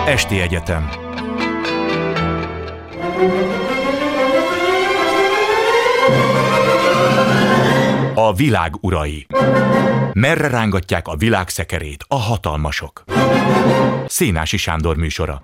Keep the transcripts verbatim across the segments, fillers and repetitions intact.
Esti Egyetem. A világ urai. Merre rángatják a világ szekerét a hatalmasok? Szénási Sándor műsora.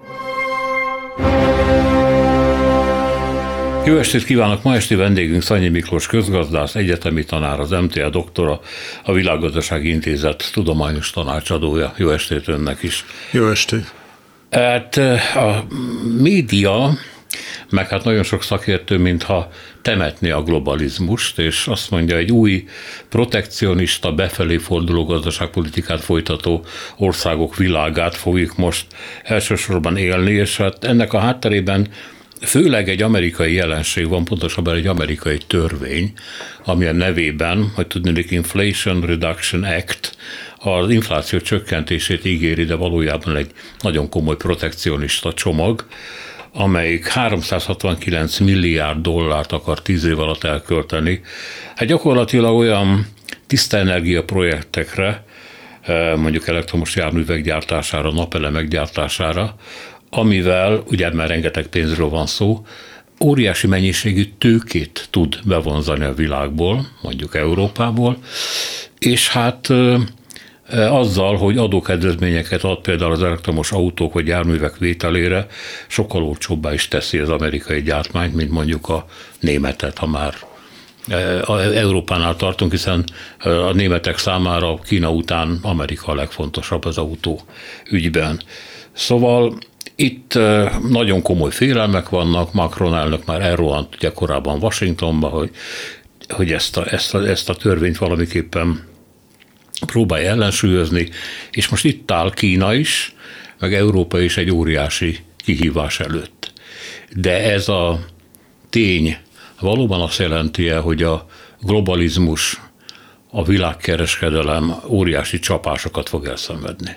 Jó estét kívánok! Ma esti vendégünk Szanyi Miklós közgazdász, egyetemi tanár, az em té á doktora, a Világgazdasági Intézet tudományos tanácsadója. Jó estét önnek is! Jó estét! Hát a média, meg hát nagyon sok szakértő, mintha temetni a globalizmust, és azt mondja, egy új protekcionista, befelé forduló gazdaságpolitikát folytató országok világát fogjuk most elsősorban élni, és hát ennek a hátterében főleg egy amerikai jelenség van, pontosabban egy amerikai törvény, amilyen nevében, hogy tudnék, Inflation Reduction Act, az infláció csökkentését ígéri, de valójában egy nagyon komoly protekcionista csomag, amelyik háromszázhatvankilenc milliárd dollárt akar tíz év alatt elkölteni. Hát gyakorlatilag olyan tiszta energia projektekre, mondjuk elektromos járművek gyártására, napelemek gyártására, amivel, ugye már rengeteg pénzről van szó, óriási mennyiségű tőkét tud bevonzani a világból, mondjuk Európából, és hát azzal, hogy adókedvezményeket ad például az elektromos autók vagy járművek vételére, sokkal olcsóbbá is teszi az amerikai gyártmányt, mint mondjuk a németet, ha már Európánál tartunk, hiszen a németek számára Kína után Amerika a legfontosabb az autó ügyben. Szóval itt nagyon komoly félelmek vannak, Macron elnök már elrohant ugye korábban Washingtonba, hogy, hogy ezt, a, ezt, a, ezt a törvényt valamiképpen próbálja ellensúlyozni, és most itt áll Kína is, meg Európa is egy óriási kihívás előtt. De ez a tény valóban azt jelenti, hogy a globalizmus, a világkereskedelem óriási csapásokat fog elszenvedni?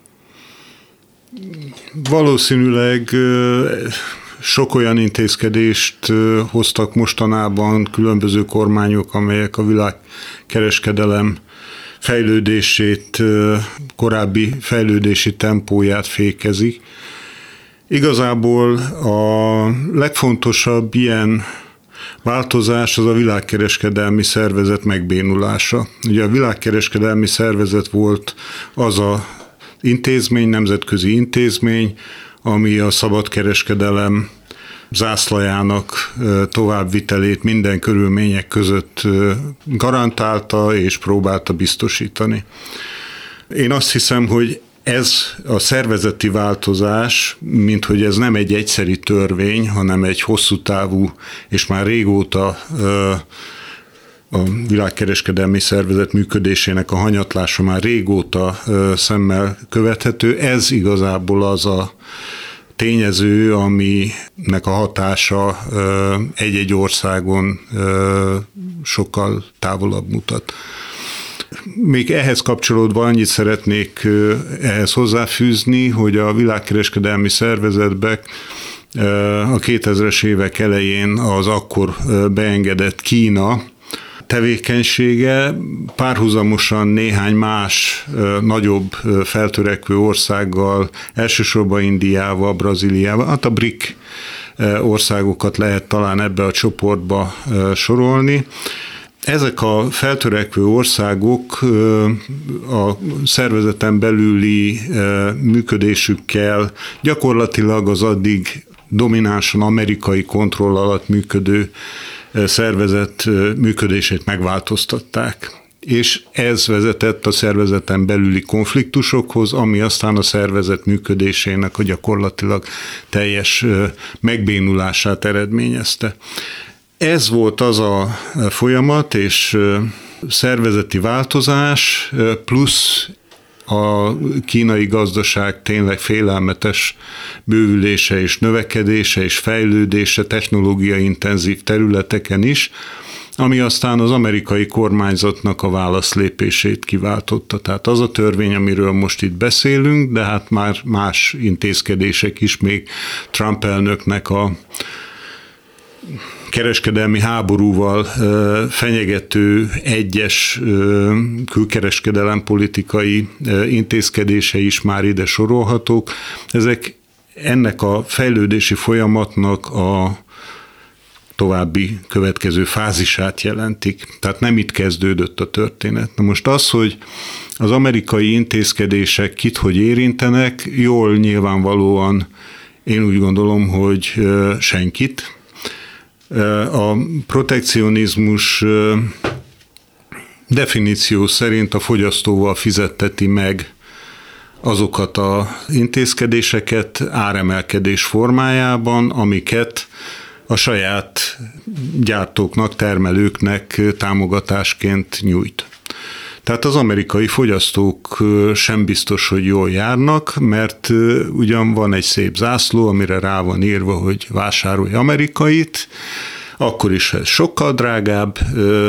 Valószínűleg sok olyan intézkedést hoztak mostanában különböző kormányok, amelyek a világkereskedelem fejlődését, korábbi fejlődési tempóját fékezik. Igazából a legfontosabb ilyen változás az a világkereskedelmi szervezet megbénulása. Ugye a világkereskedelmi szervezet volt az a intézmény, nemzetközi intézmény, ami a szabadkereskedelem zászlajának továbbvitelét minden körülmények között garantálta és próbálta biztosítani. Én azt hiszem, hogy ez a szervezeti változás, mint hogy ez nem egy egyszeri törvény, hanem egy hosszú távú és már régóta a világkereskedelmi szervezet működésének a hanyatlása már régóta szemmel követhető. Ez igazából az a tényező, aminek a hatása egy-egy országon sokkal távolabb mutat. Még ehhez kapcsolódva annyit szeretnék ehhez hozzáfűzni, hogy a világkereskedelmi szervezetben a kétezres évek elején az akkor beengedett Kína tevékenysége párhuzamosan néhány más nagyobb feltörekvő országgal, elsősorban Indiával, Brazíliával, hát a BRIC országokat lehet talán ebbe a csoportba sorolni. Ezek a feltörekvő országok a szervezeten belüli működésükkel gyakorlatilag az addig dominánsan amerikai kontroll alatt működő szervezet működését megváltoztatták. És ez vezetett a szervezeten belüli konfliktusokhoz, ami aztán a szervezet működésének a gyakorlatilag teljes megbénulását eredményezte. Ez volt az a folyamat és szervezeti változás, plusz a kínai gazdaság tényleg félelmetes bővülése és növekedése és fejlődése technológiai intenzív területeken is, ami aztán az amerikai kormányzatnak a válaszlépését kiváltotta. Tehát az a törvény, amiről most itt beszélünk, de hát már más intézkedések is, még Trump elnöknek a kereskedelmi háborúval fenyegető egyes külkereskedelem politikai intézkedései is már ide sorolhatók. Ezek ennek a fejlődési folyamatnak a további következő fázisát jelentik. Tehát nem itt kezdődött a történet. Na most az, hogy az amerikai intézkedések kit hogy érintenek, jól nyilvánvalóan én úgy gondolom, hogy senkit. A protekcionizmus definíció szerint a fogyasztóval fizetteti meg azokat az intézkedéseket áremelkedés formájában, amiket a saját gyártóknak, termelőknek támogatásként nyújt. Tehát az amerikai fogyasztók sem biztos, hogy jól járnak, mert ugyan van egy szép zászló, amire rá van írva, hogy vásárolj amerikait, akkor is ez sokkal drágább,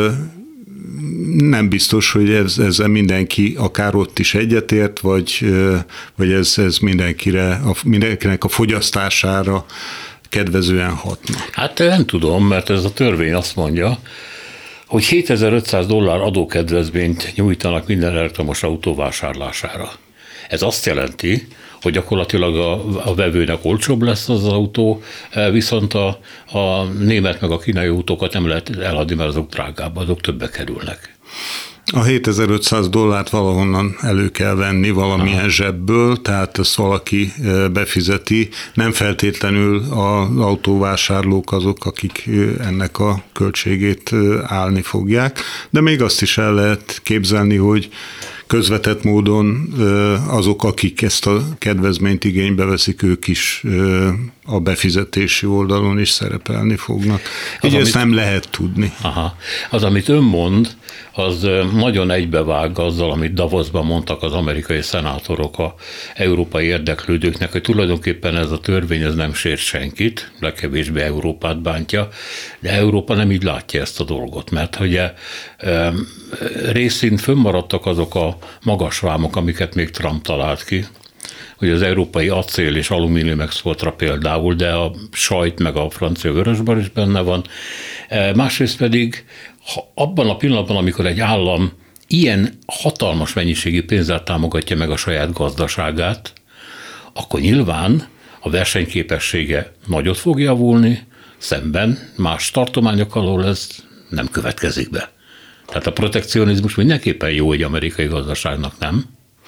nem biztos, hogy ez, ezzel mindenki akár ott is egyetért, vagy, vagy ez, ez mindenkire, a, mindenkinek a fogyasztására kedvezően hatna. Hát nem tudom, mert ez a törvény azt mondja, hogy hétezer-ötszáz dollár adókedvezményt nyújtanak minden elektromos autó vásárlására. Ez azt jelenti, hogy gyakorlatilag a, a vevőnek olcsóbb lesz az, az autó, viszont a, a német meg a kínai autókat nem lehet eladni, mert azok drágább, azok többe kerülnek. A hétezer-ötszáz dollárt valahonnan elő kell venni valamilyen Aha. zsebből, tehát ezt valaki befizeti. Nem feltétlenül az autóvásárlók azok, akik ennek a költségét állni fogják, de még azt is el lehet képzelni, hogy közvetett módon azok, akik ezt a kedvezményt igénybe veszik, ők is a befizetési oldalon is szerepelni fognak. Így ezt nem lehet tudni. Aha. Az, amit ön mond, az nagyon egybevág azzal, amit Davosban mondtak az amerikai szenátorok a európai érdeklődőknek, hogy tulajdonképpen ez a törvény ez nem sért senkit, legkevésbé Európát bántja, de Európa nem így látja ezt a dolgot, mert ugye részint fönnmaradtak azok a magas vámok, amiket még Trump talált ki, hogy az európai acél és alumínium exportra például, de a sajt meg a francia vörösbor is benne van. Másrészt pedig ha abban a pillanatban, amikor egy állam ilyen hatalmas mennyiségű pénzzel támogatja meg a saját gazdaságát, akkor nyilván a versenyképessége nagyot fog javulni, szemben más tartományokkal ez nem következik be. Tehát a protekcionizmus mindenképpen jó egy amerikai gazdaságnak, nem?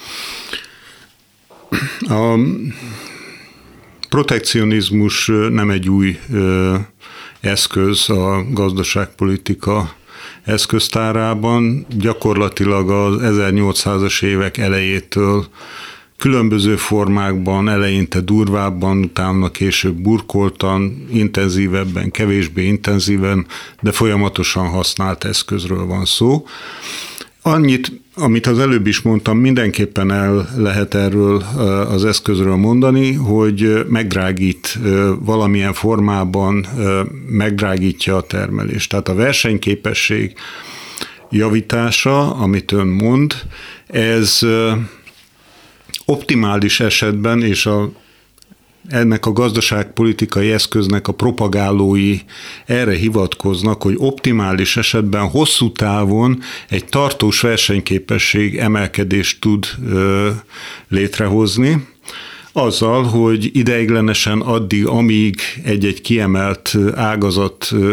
A protekcionizmus nem egy új eszköz a gazdaságpolitika eszköztárában. Gyakorlatilag az ezernyolcszázas évek elejétől különböző formákban, eleinte durvábban, utána később burkoltan, intenzívebben, kevésbé intenzíven, de folyamatosan használt eszközről van szó. Annyit, amit az előbb is mondtam, mindenképpen el lehet erről az eszközről mondani, hogy megdrágít valamilyen formában, megdrágítja a termelést. Tehát a versenyképesség javítása, amit ön mond, ez optimális esetben, és a, ennek a gazdaságpolitikai eszköznek a propagálói erre hivatkoznak, hogy optimális esetben hosszú távon egy tartós versenyképesség emelkedést tud ö, létrehozni, azzal, hogy ideiglenesen addig, amíg egy-egy kiemelt ágazat, ö,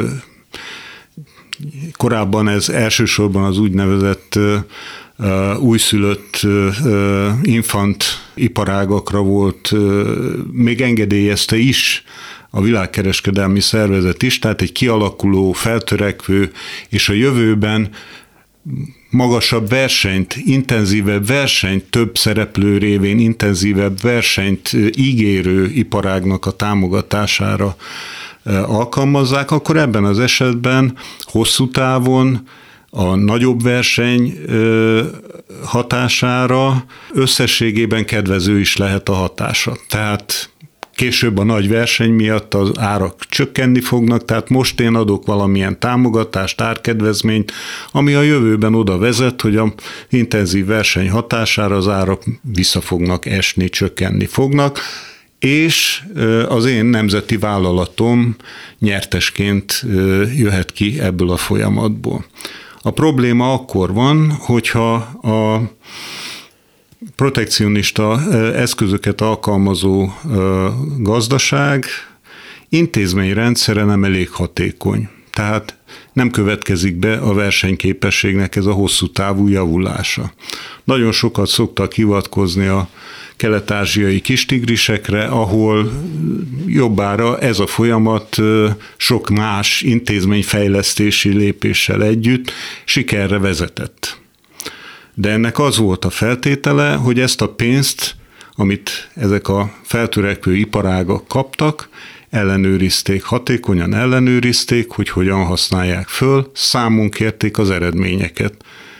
korábban ez elsősorban az úgynevezett Uh, újszülött uh, infant iparágakra volt, uh, még engedélyezte is a Világkereskedelmi Szervezet is, tehát egy kialakuló, feltörekvő, és a jövőben magasabb versenyt, intenzívebb versenyt, több szereplő révén intenzívebb versenyt ígérő iparágnak a támogatására uh, alkalmazzák, akkor ebben az esetben hosszú távon a nagyobb verseny hatására összességében kedvező is lehet a hatása. Tehát később a nagy verseny miatt az árak csökkenni fognak, tehát most én adok valamilyen támogatást, árkedvezményt, ami a jövőben oda vezet, hogy a intenzív verseny hatására az árak vissza fognak esni, csökkenni fognak, és az én nemzeti vállalatom nyertesként jöhet ki ebből a folyamatból. A probléma akkor van, hogyha a protekcionista eszközöket alkalmazó gazdaság intézményrendszere nem elég hatékony. Tehát nem következik be a versenyképességnek ez a hosszú távú javulása. Nagyon sokat szoktak hivatkozni a kelet-ázsiai kistigrisekre, ahol jobbára ez a folyamat sok más intézményfejlesztési lépéssel együtt sikerre vezetett. De ennek az volt a feltétele, hogy ezt a pénzt, amit ezek a feltörekvő iparágak kaptak, ellenőrizték, hatékonyan ellenőrizték, hogy hogyan használják föl, számon kérték az eredményeket.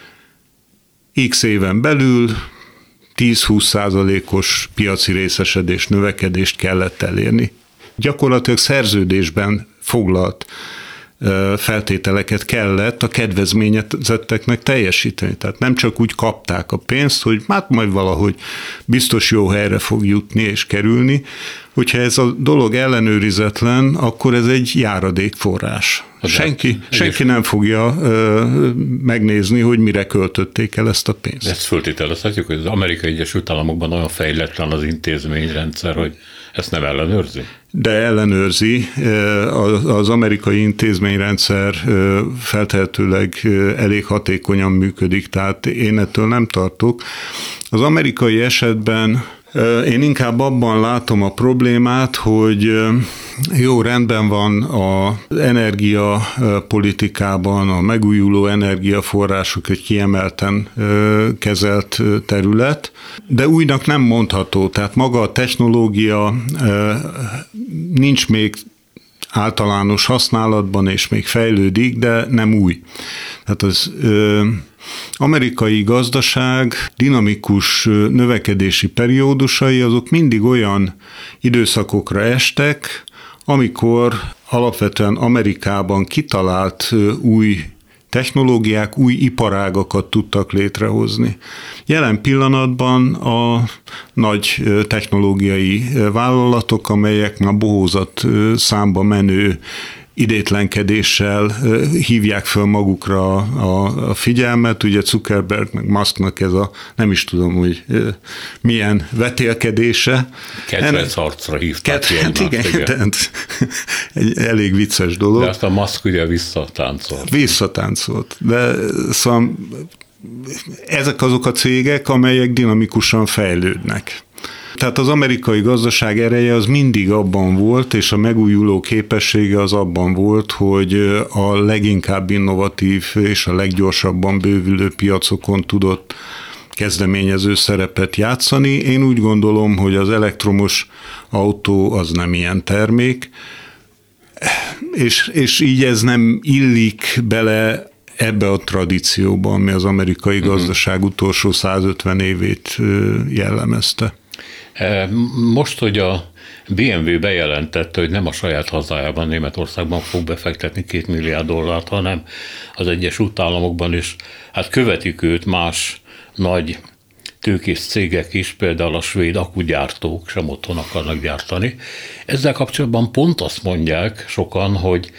X éven belül tíz-húsz százalékos piaci részesedés növekedést kellett elérni. Gyakorlatilag szerződésben foglalt feltételeket kellett a kedvezményezetteknek teljesíteni. Tehát nem csak úgy kapták a pénzt, hogy hát majd valahogy biztos jó helyre fog jutni és kerülni. Hogyha ez a dolog ellenőrizetlen, akkor ez egy járadékforrás. Senki, senki nem fogja ö, megnézni, hogy mire költötték el ezt a pénzt. Ezt föltételezhetjük, hogy az Amerikai Egyesült Államokban olyan fejletlen az intézményrendszer, hogy ezt nem ellenőrzi? De ellenőrzi. Az amerikai intézményrendszer feltehetőleg elég hatékonyan működik, tehát én ettől nem tartok. Az amerikai esetben én inkább abban látom a problémát, hogy jó, rendben van az energiapolitikában, a megújuló energiaforrások egy kiemelten kezelt terület, de újnak nem mondható, tehát maga a technológia nincs még általános használatban, és még fejlődik, de nem új. Tehát az ö, amerikai gazdaság dinamikus növekedési periódusai azok mindig olyan időszakokra estek, amikor alapvetően Amerikában kitalált új technológiák, új iparágakat tudtak létrehozni. Jelen pillanatban a nagy technológiai vállalatok, amelyek már bohózat számba menő idétlenkedéssel hívják föl magukra a, a figyelmet. Ugye Zuckerberg meg Musknak ez a, nem is tudom, hogy milyen vetélkedése. Kedvenc arcra hívták ki egymást. Igen, igen. Egy elég vicces dolog. De azt a Musk ugye visszatáncolt. Visszatáncolt. De szóval ezek azok a cégek, amelyek dinamikusan fejlődnek. Tehát az amerikai gazdaság ereje az mindig abban volt, és a megújuló képessége az abban volt, hogy a leginkább innovatív és a leggyorsabban bővülő piacokon tudott kezdeményező szerepet játszani. Én úgy gondolom, hogy az elektromos autó az nem ilyen termék, és, és így ez nem illik bele ebbe a tradícióba, ami az amerikai gazdaság utolsó százötven évét jellemezte. Most, hogy a bé em vé bejelentette, hogy nem a saját hazájában, Németországban fog befektetni két milliárd dollárt, hanem az Egyesült Államokban is, hát követik őt más nagy tőkés cégek is, például a svéd akugyártók sem otthon akarnak gyártani. Ezzel kapcsolatban pont azt mondják sokan, hogy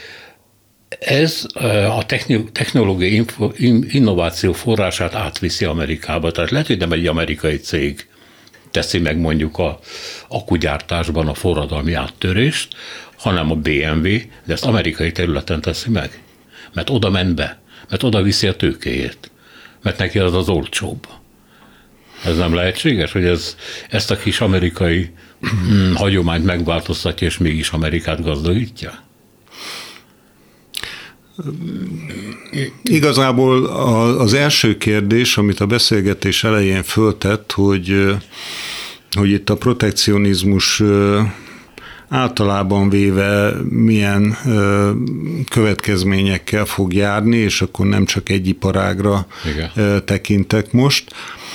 ez a technológiai innováció forrását átviszi Amerikába. Tehát lehet, hogy nem egy amerikai cég teszi meg mondjuk a akkugyártásban a forradalmi áttörést, hanem a bé em vé, de ezt amerikai területen teszi meg. Mert oda ment be, mert oda viszi a tőkéjét, mert neki az az olcsóbb. Ez nem lehetséges, hogy ez, ezt a kis amerikai hagyományt megváltoztatja, és mégis Amerikát gazdagítja? Igazából az első kérdés, amit a beszélgetés elején föltett, hogy, hogy itt a protekcionizmus általában véve milyen következményekkel fog járni, és akkor nem csak egy iparágra Igen. tekintek most.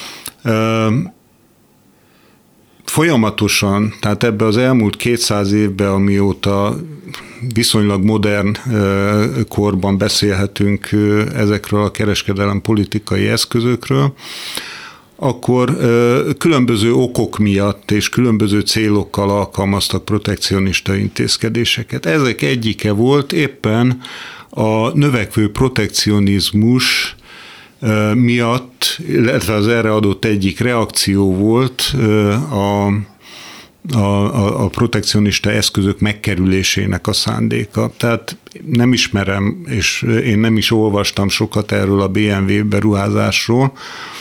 Folyamatosan, tehát ebbe az elmúlt kétszáz évben, amióta viszonylag modern korban beszélhetünk ezekről a kereskedelem politikai eszközökről, akkor különböző okok miatt és különböző célokkal alkalmaztak protekcionista intézkedéseket. Ezek egyike volt éppen a növekvő protekcionizmus miatt, illetve az erre adott egyik reakció volt a, a, a protekcionista eszközök megkerülésének a szándéka. Tehát nem ismerem, és én nem is olvastam sokat erről a bé em vé beruházásról,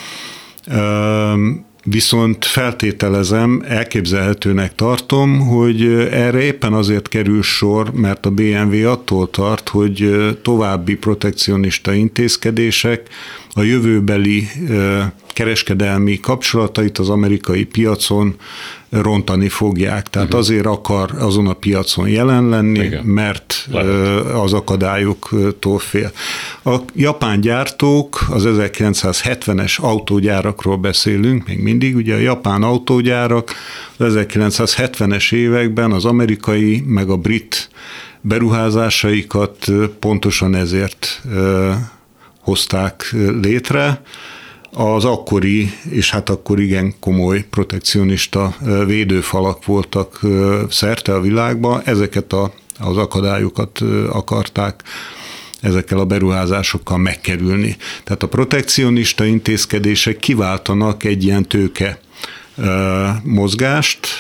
viszont feltételezem, elképzelhetőnek tartom, hogy erre éppen azért kerül sor, mert a bé em vé attól tart, hogy további protekcionista intézkedések a jövőbeli kereskedelmi kapcsolatait az amerikai piacon rontani fogják. Tehát uh-huh. azért akar azon a piacon jelen lenni, igen, mert lehet, az akadályoktól fél. A japán gyártók, az ezerkilencszázhetvenes autógyárakról beszélünk, még mindig, ugye a japán autógyárak az ezerkilencszázhetvenes években az amerikai meg a brit beruházásaikat pontosan ezért hozták létre. Az akkori, és hát akkor igen komoly protekcionista védőfalak voltak szerte a világban, ezeket a, az akadályokat akarták ezekkel a beruházásokkal megkerülni. Tehát a protekcionista intézkedések kiváltanak egy ilyen tőke mozgást,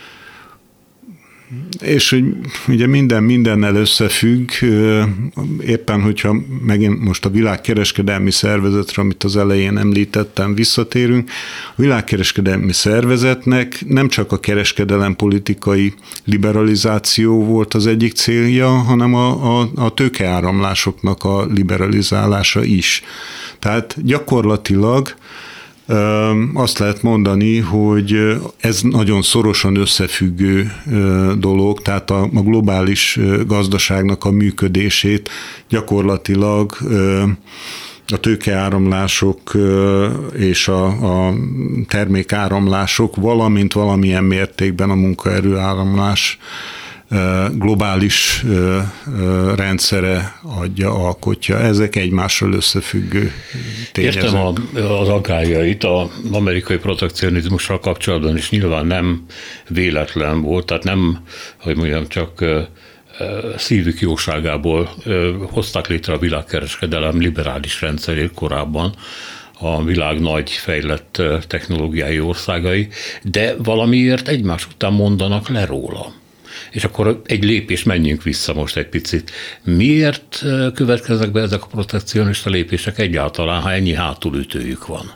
és hogy ugye minden mindennel összefügg, éppen hogyha megint most a Világkereskedelmi Szervezetre, amit az elején említettem, visszatérünk, a Világkereskedelmi Szervezetnek nem csak a kereskedelempolitikai liberalizáció volt az egyik célja, hanem a, a, a tőkeáramlásoknak a liberalizálása is. Tehát gyakorlatilag azt lehet mondani, hogy ez nagyon szorosan összefüggő dolog, tehát a globális gazdaságnak a működését gyakorlatilag a tőkeáramlások és a, a termékáramlások, valamint valamilyen mértékben a munkaerőáramlás globális rendszere adja, alkotja. Ezek egymással összefüggő tényezők. Értem az aggályait az amerikai protekcionizmussal kapcsolatban is nyilván nem véletlen volt, tehát nem, hogy mondjam, csak szívük jóságából hozták létre a világkereskedelem liberális rendszerét korábban a világ nagy fejlett technológiai országai, de valamiért egymás után mondanak le róla. És akkor egy lépés, menjünk vissza most egy picit. Miért következnek be ezek a protekcionista lépések egyáltalán, ha ennyi hátulütőjük van?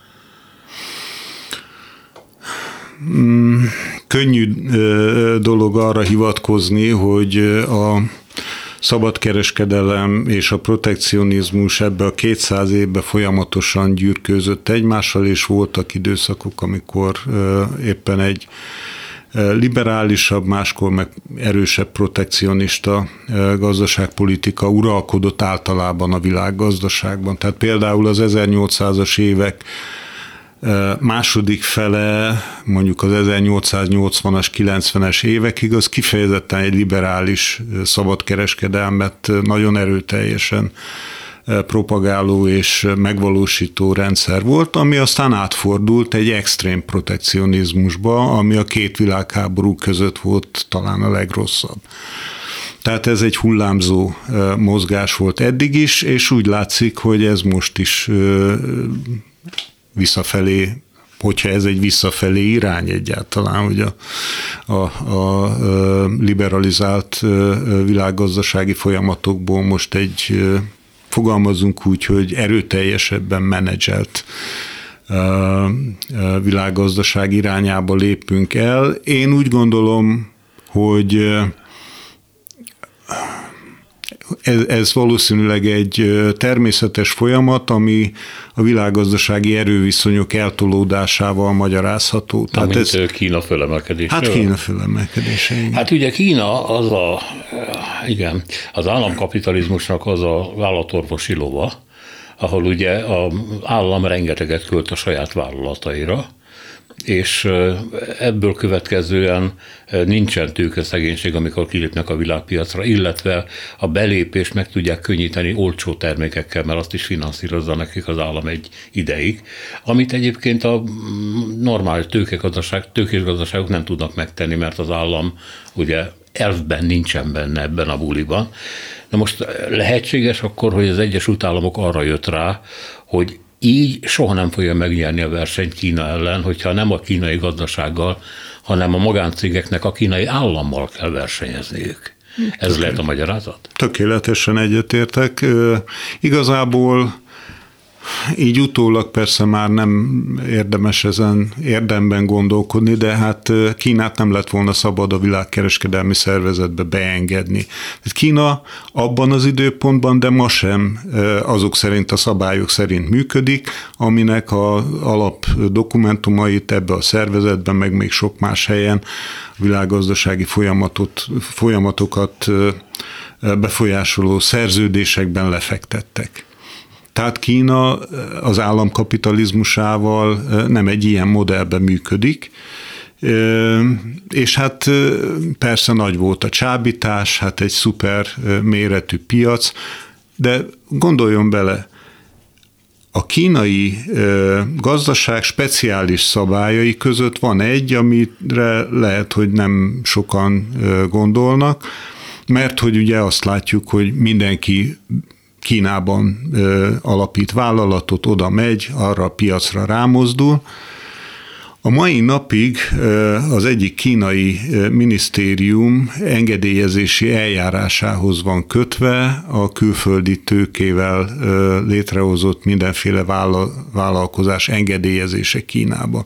Mm, könnyű dolog arra hivatkozni, hogy a szabadkereskedelem és a protekcionizmus ebbe a kétszáz évben folyamatosan gyűrkőzött egymással, és voltak időszakok, amikor éppen egy liberálisabb, máskor meg erősebb protekcionista gazdaságpolitika uralkodott általában a világgazdaságban. Tehát például az ezernyolcszázas évek második fele, mondjuk az ezernyolcszáznyolcvanas, kilencvenes évekig, az kifejezetten egy liberális szabadkereskedelmet nagyon erőteljesen propagáló és megvalósító rendszer volt, ami aztán átfordult egy extrém protekcionizmusba, ami a két világháború között volt talán a legrosszabb. Tehát ez egy hullámzó mozgás volt eddig is, és úgy látszik, hogy ez most is visszafelé, hogyha ez egy visszafelé irány egyáltalán, hogy a, a, a liberalizált világgazdasági folyamatokból most egy, fogalmazunk úgy, hogy erőteljesebben menedzselt világgazdaság irányába lépünk el. Én úgy gondolom, hogy ez, ez valószínűleg egy természetes folyamat, ami a világgazdasági erőviszonyok eltolódásával magyarázható. Tehát mint ez, Kína fölemelkedése. Hát Kína fölemelkedése. Igen. Hát ugye Kína az a, igen, az államkapitalizmusnak az a vállalatorvosi lova, ahol ugye az állam rengeteget költ a saját vállalataira, és ebből következően nincsen tőkeszegénység, amikor kilépnek a világpiacra, illetve a belépést meg tudják könnyíteni olcsó termékekkel, mert azt is finanszírozza nekik az állam egy ideig, amit egyébként a normális tőkegazdaság, tőkés gazdaságok nem tudnak megtenni, mert az állam ugye elfben nincsen benne ebben a buliban. Na most lehetséges akkor, hogy az Egyesült Államok arra jött rá, hogy így soha nem fogja megnyerni a versenyt Kína ellen, hogyha nem a kínai gazdasággal, hanem a magáncégeknek a kínai állammal kell versenyezniük. Ez Tökélet. lehet a magyarázat? Tökéletesen egyetértek. Igazából így utólag persze már nem érdemes ezen érdemben gondolkodni, de hát Kínát nem lett volna szabad a világkereskedelmi szervezetbe beengedni. Kína abban az időpontban, de ma sem azok szerint, a szabályok szerint működik, aminek az alap dokumentumait ebbe a szervezetben, meg még sok más helyen a világgazdasági folyamatot, folyamatokat befolyásoló szerződésekben lefektettek. Tehát Kína az államkapitalizmusával nem egy ilyen modellben működik, és hát persze nagy volt a csábítás, hát egy szuper méretű piac, de gondoljon bele, a kínai gazdaság speciális szabályai között van egy, amire lehet, hogy nem sokan gondolnak, mert hogy ugye azt látjuk, hogy mindenki Kínában ö, alapít vállalatot, oda megy, arra a piacra rámozdul. A mai napig ö, az egyik kínai ö, minisztérium engedélyezési eljárásához van kötve a külföldi tőkével ö, létrehozott mindenféle vállal, vállalkozás engedélyezése Kínába.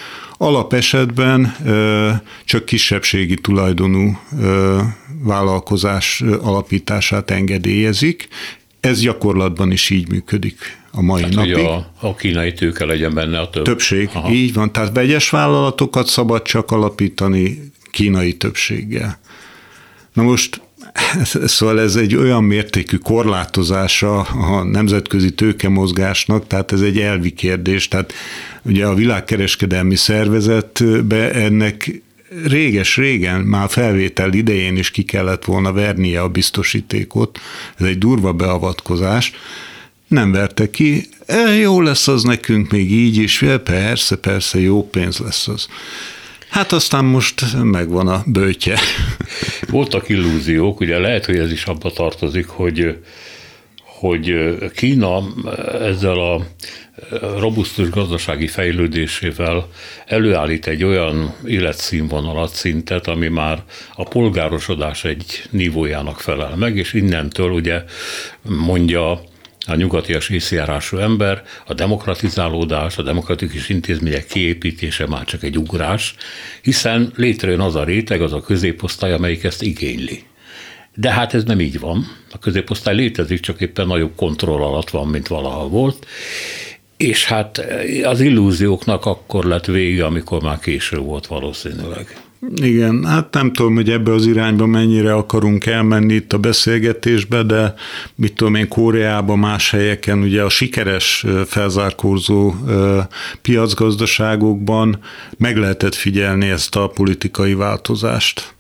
Alapesetben ö, csak kisebbségi tulajdonú ö, vállalkozás alapítását engedélyezik. Ez gyakorlatban is így működik a mai tehát, napig. Hogy a, a kínai tőke legyen benne a több. Többség, Aha. így van. Tehát vegyes vállalatokat szabad csak alapítani kínai többséggel. Na most, szóval ez egy olyan mértékű korlátozása a nemzetközi tőkemozgásnak, tehát ez egy elvi kérdés. Tehát ugye a világkereskedelmi szervezetbe ennek réges-régen, már felvétel idején is ki kellett volna vernie a biztosítékot, ez egy durva beavatkozás, nem verte ki, e, jó lesz az nekünk még így is, persze, persze, jó pénz lesz az. Hát aztán most megvan a böjtje. Voltak illúziók, ugye lehet, hogy ez is abba tartozik, hogy hogy Kína ezzel a robusztus gazdasági fejlődésével előállít egy olyan életszínvonalat, szintet, ami már a polgárosodás egy nívójának felel meg, és innentől ugye mondja a nyugatias észjárású ember, a demokratizálódás, a demokratikus intézmények kiépítése már csak egy ugrás, hiszen létrejön az a réteg, az a középosztály, amelyik ezt igényli. De hát ez nem így van. A középosztály létezik, csak éppen nagyobb kontroll alatt van, mint valaha volt. És hát az illúzióknak akkor lett vége, amikor már késő volt valószínűleg. Igen, hát nem tudom, hogy ebbe az irányba mennyire akarunk elmenni itt a beszélgetésbe, de mit tudom én, Koreában, más helyeken ugye a sikeres felzárkózó piacgazdaságokban meg lehetett figyelni ezt a politikai változást.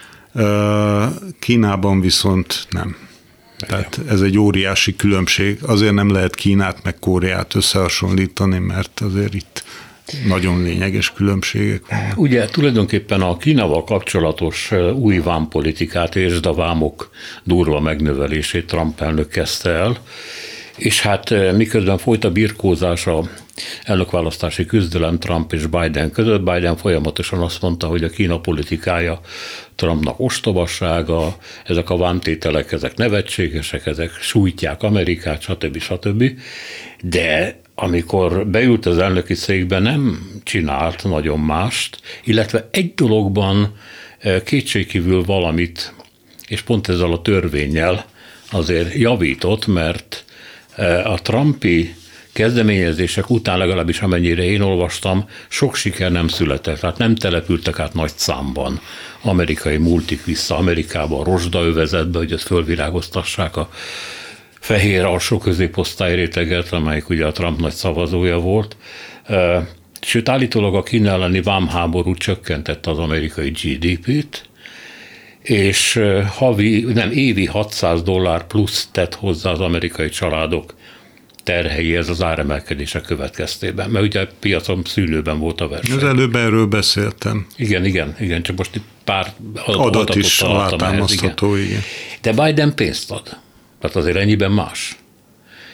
Kínában viszont nem. Tehát ez egy óriási különbség. Azért nem lehet Kínát meg Koreát összehasonlítani, mert azért itt nagyon lényeges különbségek vannak. Ugye tulajdonképpen a Kínával kapcsolatos új vámpolitikát és a vámok durva megnövelését Trump elnök kezdte el, és hát miközben folyt a birkózás a elnökválasztási küzdelem Trump és Biden között, Biden folyamatosan azt mondta, hogy a Kína politikája Trumpnak ostobassága, ezek a vámtételek, ezek nevetségesek, ezek sújtják Amerikát, stb. stb. De amikor beült az elnöki székbe, nem csinált nagyon mást, illetve egy dologban kétségkívül valamit, és pont ezzel a törvénnyel azért javított, mert a Trumpi kezdeményezések után, legalábbis amennyire én olvastam, sok siker nem született, tehát nem települtek át nagy számban amerikai multik vissza Amerikába, a rozsdaövezetbe, hogy ezt fölvirágoztassák a fehér alsó középosztály réteget, amelyik ugye a Trump nagy szavazója volt. Sőt, állítólag a Kína elleni vámháború csökkentette az amerikai gé dé pét, és havi, nem, évi hatszáz dollár plusz tett hozzá az amerikai családok terhei ez az áremelkedések következtében, mert ugye piacon szűnőben volt a verseny. Az előbb erről beszéltem. Igen, igen, igen, csak most itt pár adat is alátámasztható, igen. De Biden pénzt ad, tehát azért ennyiben más.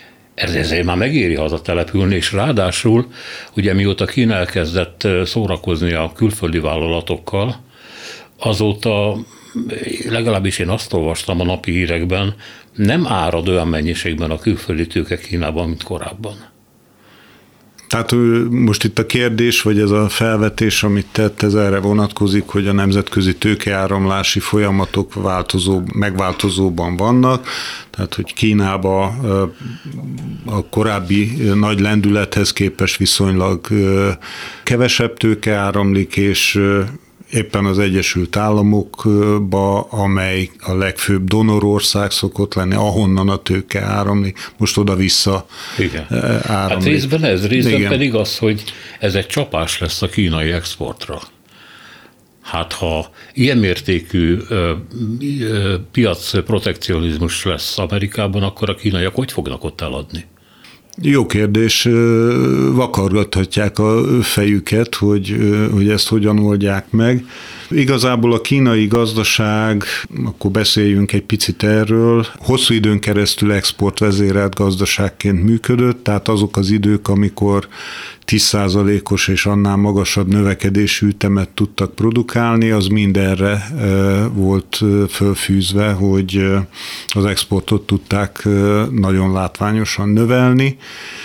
ezért már megéri hazatelepülni, és ráadásul, ugye mióta Kína elkezdett szórakozni a külföldi vállalatokkal, azóta legalábbis én azt olvastam a napi hírekben, nem árad olyan mennyiségben a külföldi tőke Kínában, mint korábban. Tehát most itt a kérdés, vagy ez a felvetés, amit tett, ez erre vonatkozik, hogy a nemzetközi tőkeáramlási folyamatok változó, megváltozóban vannak, tehát hogy Kínába a korábbi nagy lendülethez képest viszonylag kevesebb tőke áramlik, és éppen az Egyesült Államokba, amely a legfőbb donorország szokott lenni, ahonnan a tőke áramlik, most oda-vissza Igen. áramlik. Hát részben ez, részben Igen. pedig az, hogy ez egy csapás lesz a kínai exportra. Hát ha ilyen mértékű ö, ö, piac protekcionizmus lesz Amerikában, akkor a kínaiak hogy fognak ott eladni? Jó kérdés, vakargathatják a fejüket, hogy, hogy ezt hogyan oldják meg. Igazából a kínai gazdaság, akkor beszéljünk egy picit erről, hosszú időn keresztül exportvezérelt gazdaságként működött, tehát azok az idők, amikor tíz százalékos és annál magasabb növekedésű ütemet tudtak produkálni, az mindenre volt fölfűzve, hogy az exportot tudták nagyon látványosan növelni.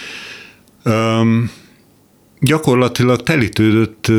Gyakorlatilag telítődött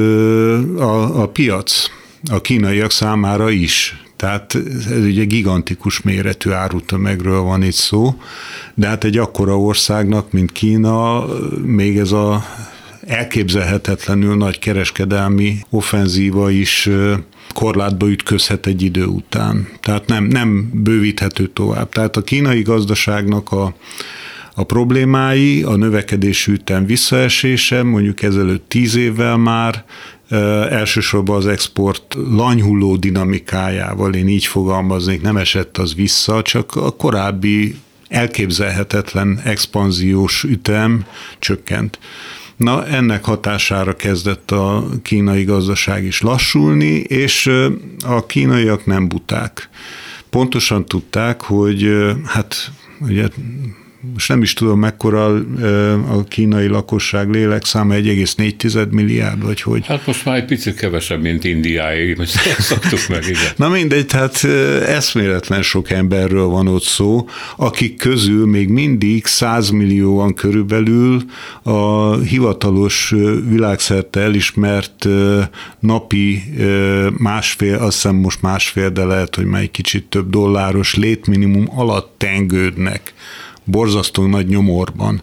a, a piac a kínaiak számára is. Tehát ez ugye gigantikus méretű árutömegről van itt szó, de hát egy akkora országnak, mint Kína, még ez a elképzelhetetlenül nagy kereskedelmi offenzíva is korlátba ütközhet egy idő után. Tehát nem, nem bővíthető tovább. Tehát a kínai gazdaságnak a A problémái, a növekedési ütem visszaesése, mondjuk ezelőtt tíz évvel már, elsősorban az export lanyhulló dinamikájával, én így fogalmaznék, nem esett az vissza, csak a korábbi elképzelhetetlen expanziós ütem csökkent. Na, ennek hatására kezdett a kínai gazdaság is lassulni, és a kínaiak nem buták. Pontosan tudták, hogy hát ugye most nem is tudom, mekkora a kínai lakosság lélekszáma, egy egész négy milliárd, vagy hogy. Hát most már egy picit kevesebb, mint Indiáé, most szoktuk meg, igen. Na mindegy, tehát eszméletlen sok emberről van ott szó, akik közül még mindig százmillióan körülbelül a hivatalos világszerte elismert napi másfél, azt hiszem most másfél, de lehet, hogy már egy kicsit több dolláros létminimum alatt tengődnek. Borzasztó nagy nyomorban.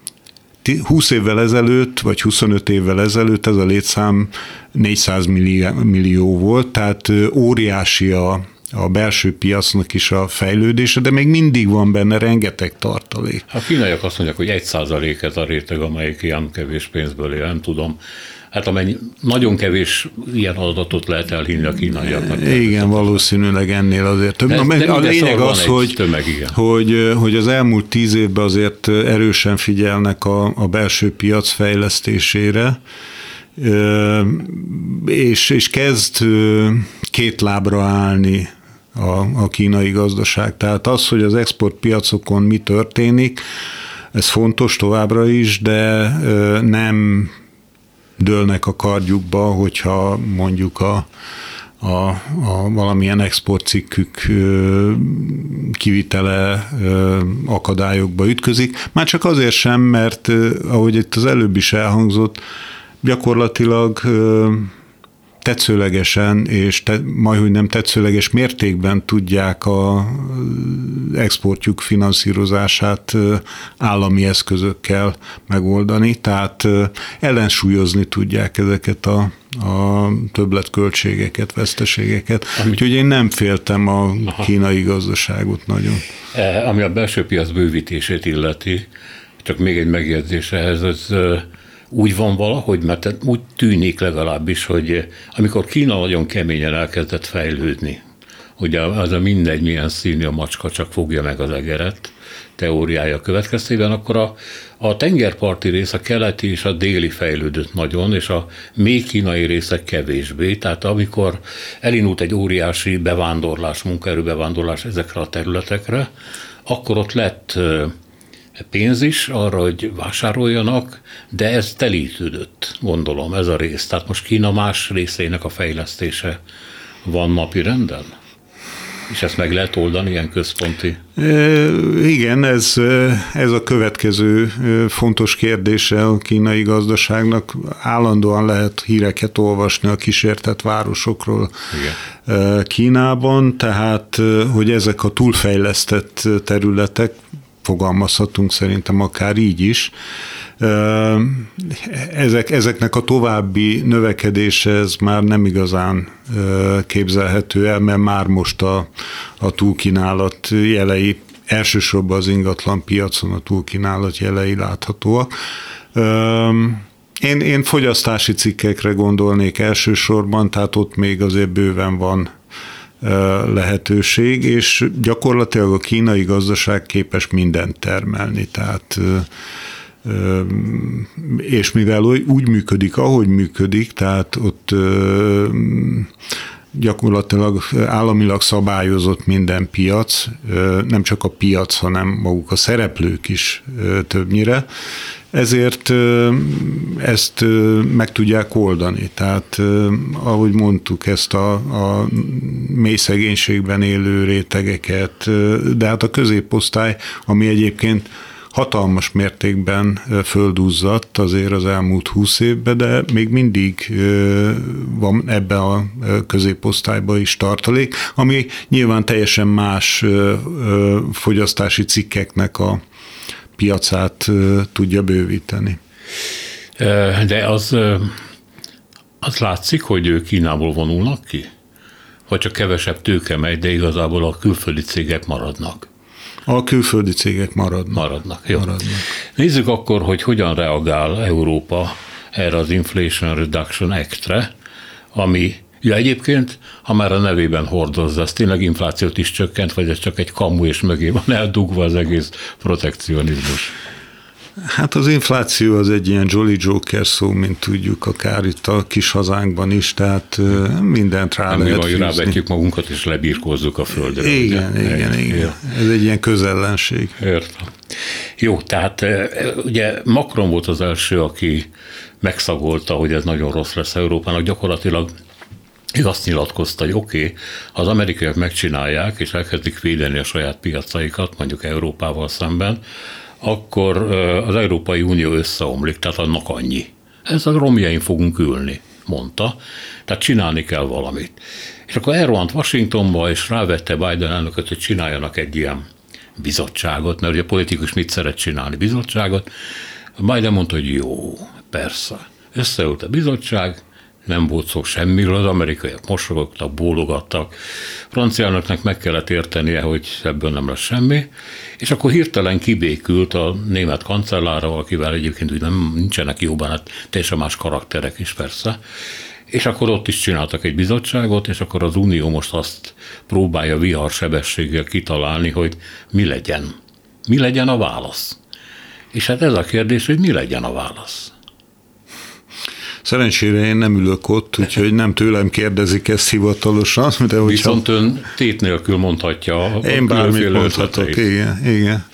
húsz évvel ezelőtt, vagy huszonöt évvel ezelőtt ez a létszám négyszáz millió volt, tehát óriási a, a belső piacnak is a fejlődése, de még mindig van benne rengeteg tartalék. A kínaiak azt mondják, hogy egy százalék ez a réteg, amelyik ilyen kevés pénzből él, nem tudom. Hát amennyi, nagyon kevés ilyen adatot lehet elhinni a kínaiaknak. Igen, valószínűleg ennél azért több. De, Na, de a lényeg az, hogy, tömeg, hogy, hogy az elmúlt tíz évben azért erősen figyelnek a, a belső piac fejlesztésére, és, és kezd két lábra állni a, a kínai gazdaság. Tehát az, hogy az exportpiacokon mi történik, ez fontos továbbra is, de nem dőlnek a kardjukba, hogyha mondjuk a, a, a valamilyen exportcikkük kivitele akadályokba ütközik. Már csak azért sem, mert ahogy itt az előbb is elhangzott, gyakorlatilag tetszőlegesen, és te, majdhogy nem tetszőleges mértékben tudják a exportjuk finanszírozását állami eszközökkel megoldani, tehát ellensúlyozni tudják ezeket a, a többletköltségeket, veszteségeket. Úgyhogy én nem féltem a Aha. kínai gazdaságot nagyon. E, ami a belső piac bővítését illeti, csak még egy megjegyzés ehhez, ez úgy van valahogy, mert úgy tűnik legalábbis, hogy amikor Kína nagyon keményen elkezdett fejlődni, ugye az a mindegy, milyen színű a macska, csak fogja meg az egeret, teóriája következtében, akkor a, a tengerparti rész, a keleti és a déli fejlődött nagyon, és a mély kínai részek kevésbé, tehát amikor elindult egy óriási bevándorlás, munkaerőbevándorlás ezekre a területekre, akkor ott lett pénz is arra, hogy vásároljanak, de ez telítődött, gondolom, ez a rész. Tehát most Kína más részeinek a fejlesztése van napi renden? És ezt meg lehet oldani ilyen központi? Igen, ez, ez a következő fontos kérdése a kínai gazdaságnak. Állandóan lehet híreket olvasni a kísértett városokról Igen. Kínában, tehát hogy ezek a túlfejlesztett területek, fogalmazhatunk szerintem akár így is, Ezek, ezeknek a további növekedése ez már nem igazán képzelhető el, mert már most a, a túlkínálat jelei, elsősorban az ingatlan piacon a túlkínálat jelei láthatóak. Én, én fogyasztási cikkekre gondolnék elsősorban, tehát ott még azért bőven van lehetőség, és gyakorlatilag a kínai gazdaság képes mindent termelni, tehát és mivel úgy működik, ahogy működik, tehát ott gyakorlatilag államilag szabályozott minden piac, nem csak a piac, hanem maguk a szereplők is többnyire, ezért ezt meg tudják oldani. Tehát, ahogy mondtuk, ezt a, a mély szegénységben élő rétegeket, de hát a középosztály, ami egyébként hatalmas mértékben földuzzadt azért az elmúlt húsz évben, de még mindig van ebbe a középosztályba is tartalék, ami nyilván teljesen más fogyasztási cikkeknek a piacát tudja bővíteni. De az, az látszik, hogy Kínából vonulnak ki? Vagy csak kevesebb tőke megy, de igazából a külföldi cégek maradnak? A külföldi cégek maradnak. Maradnak, jó. Maradnak. Nézzük akkor, hogy hogyan reagál Európa erre az Inflation Reduction Act-re, ami, ja egyébként, ha már a nevében hordozza, ez tényleg inflációt is csökkent, vagy ez csak egy kamu, és mögé van eldugva az egész protekcionizmus? Hát az infláció az egy ilyen Jolly Joker szó, mint tudjuk, akár itt a kis hazánkban is, tehát mindent rá nem lehet fűzni. Rávetjük magunkat, és lebirkózzuk a földre. Igen, ugye? igen, igen. igen. Ez egy ilyen közellenség. Értem. Jó, tehát ugye Macron volt az első, aki megszagolta, hogy ez nagyon rossz lesz Európának. Gyakorlatilag ő azt nyilatkozta, hogy oké, okay, ha az amerikaiak megcsinálják, és elkezdik védeni a saját piacaikat, mondjuk Európával szemben, akkor az Európai Unió összeomlik, tehát annak annyi. Ez a romjain fogunk ülni, mondta. Tehát csinálni kell valamit. És akkor elrohant Washingtonba, és rávette Biden elnököt, hogy csináljanak egy ilyen bizottságot, mert ugye a politikus mit szeret csinálni? Bizottságot. Biden mondta, hogy jó, persze. Összeült a bizottság, nem volt szó semmiről, az amerikaiak mosologtak, bólogattak. Franciának meg kellett értenie, hogy ebből nem lesz semmi, és akkor hirtelen kibékült a német kancellárral, akivel egyébként úgy nem nincsenek jóban, hát teljesen más karakterek is persze, és akkor ott is csináltak egy bizottságot, és akkor az Unió most azt próbálja viharsebességgel kitalálni, hogy mi legyen. Mi legyen a válasz? És hát ez a kérdés, hogy mi legyen a válasz? Szerencsére én nem ülök ott, úgyhogy nem tőlem kérdezik ezt hivatalosan. De hogyha... Viszont ön tét nélkül mondhatja. Én bármit mondhatok, igen, igen.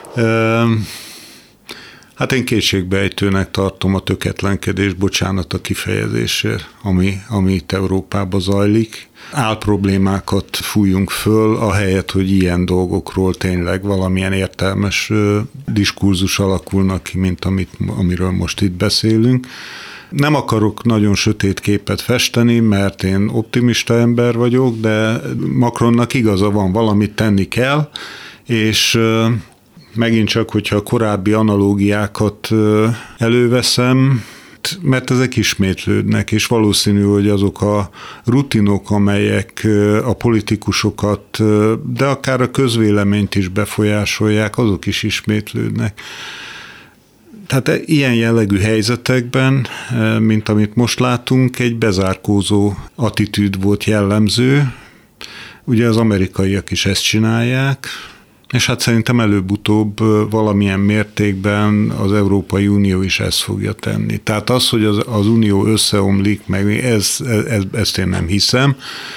Hát én kétségbejtőnek tartom a töketlenkedés, bocsánat a kifejezésért, ami, ami itt Európában zajlik. Álproblémákat fújjunk föl, ahelyett, hogy ilyen dolgokról tényleg valamilyen értelmes diskurzus alakulnak ki, mint amit, amiről most itt beszélünk. Nem akarok nagyon sötét képet festeni, mert én optimista ember vagyok, de Macronnak igaza van, valamit tenni kell, és megint csak, hogyha a korábbi analógiákat előveszem, mert ezek ismétlődnek, és valószínű, hogy azok a rutinok, amelyek a politikusokat, de akár a közvéleményt is befolyásolják, azok is ismétlődnek. Tehát ilyen jellegű helyzetekben, mint amit most látunk, egy bezárkózó attitűd volt jellemző. Ugye az amerikaiak is ezt csinálják, és hát szerintem előbb-utóbb valamilyen mértékben az Európai Unió is ezt fogja tenni. Tehát az, hogy az, az Unió összeomlik, meg ez, ez, ezt én nem hiszem.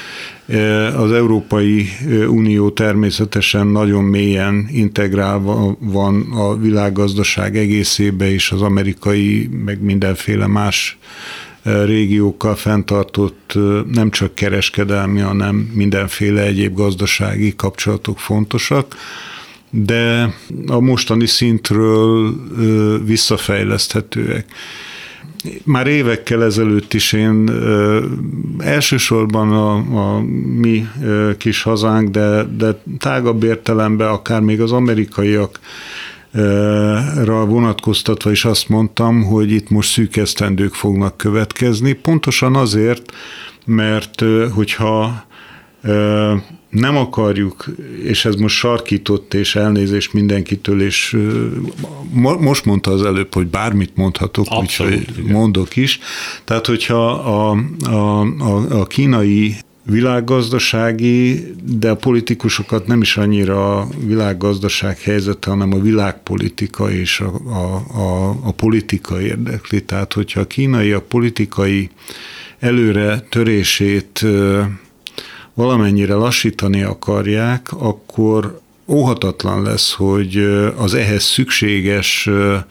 Az Európai Unió természetesen nagyon mélyen integrálva van a világgazdaság egészébe, és az amerikai, meg mindenféle más régiókkal fenntartott nem csak kereskedelmi, hanem mindenféle egyéb gazdasági kapcsolatok fontosak, de a mostani szintről visszafejleszthetőek. Már évekkel ezelőtt is én ö, elsősorban a, a mi ö, kis hazánk, de, de tágabb értelemben akár még az amerikaiakra vonatkoztatva is azt mondtam, hogy itt most szűk esztendők fognak következni. Pontosan azért, mert ö, hogyha ö, nem akarjuk, és ez most sarkított, és elnézést mindenkitől, és most mondta az előbb, hogy bármit mondhatok, úgyhogy mondok is. Tehát, hogyha a, a, a, a kínai világgazdasági, de a politikusokat nem is annyira a világgazdaság helyzete, hanem a világpolitika és a, a, a, a politika érdekli. Tehát, hogyha a kínai a politikai előre törését valamennyire lassítani akarják, akkor óhatatlan lesz, hogy az ehhez szükséges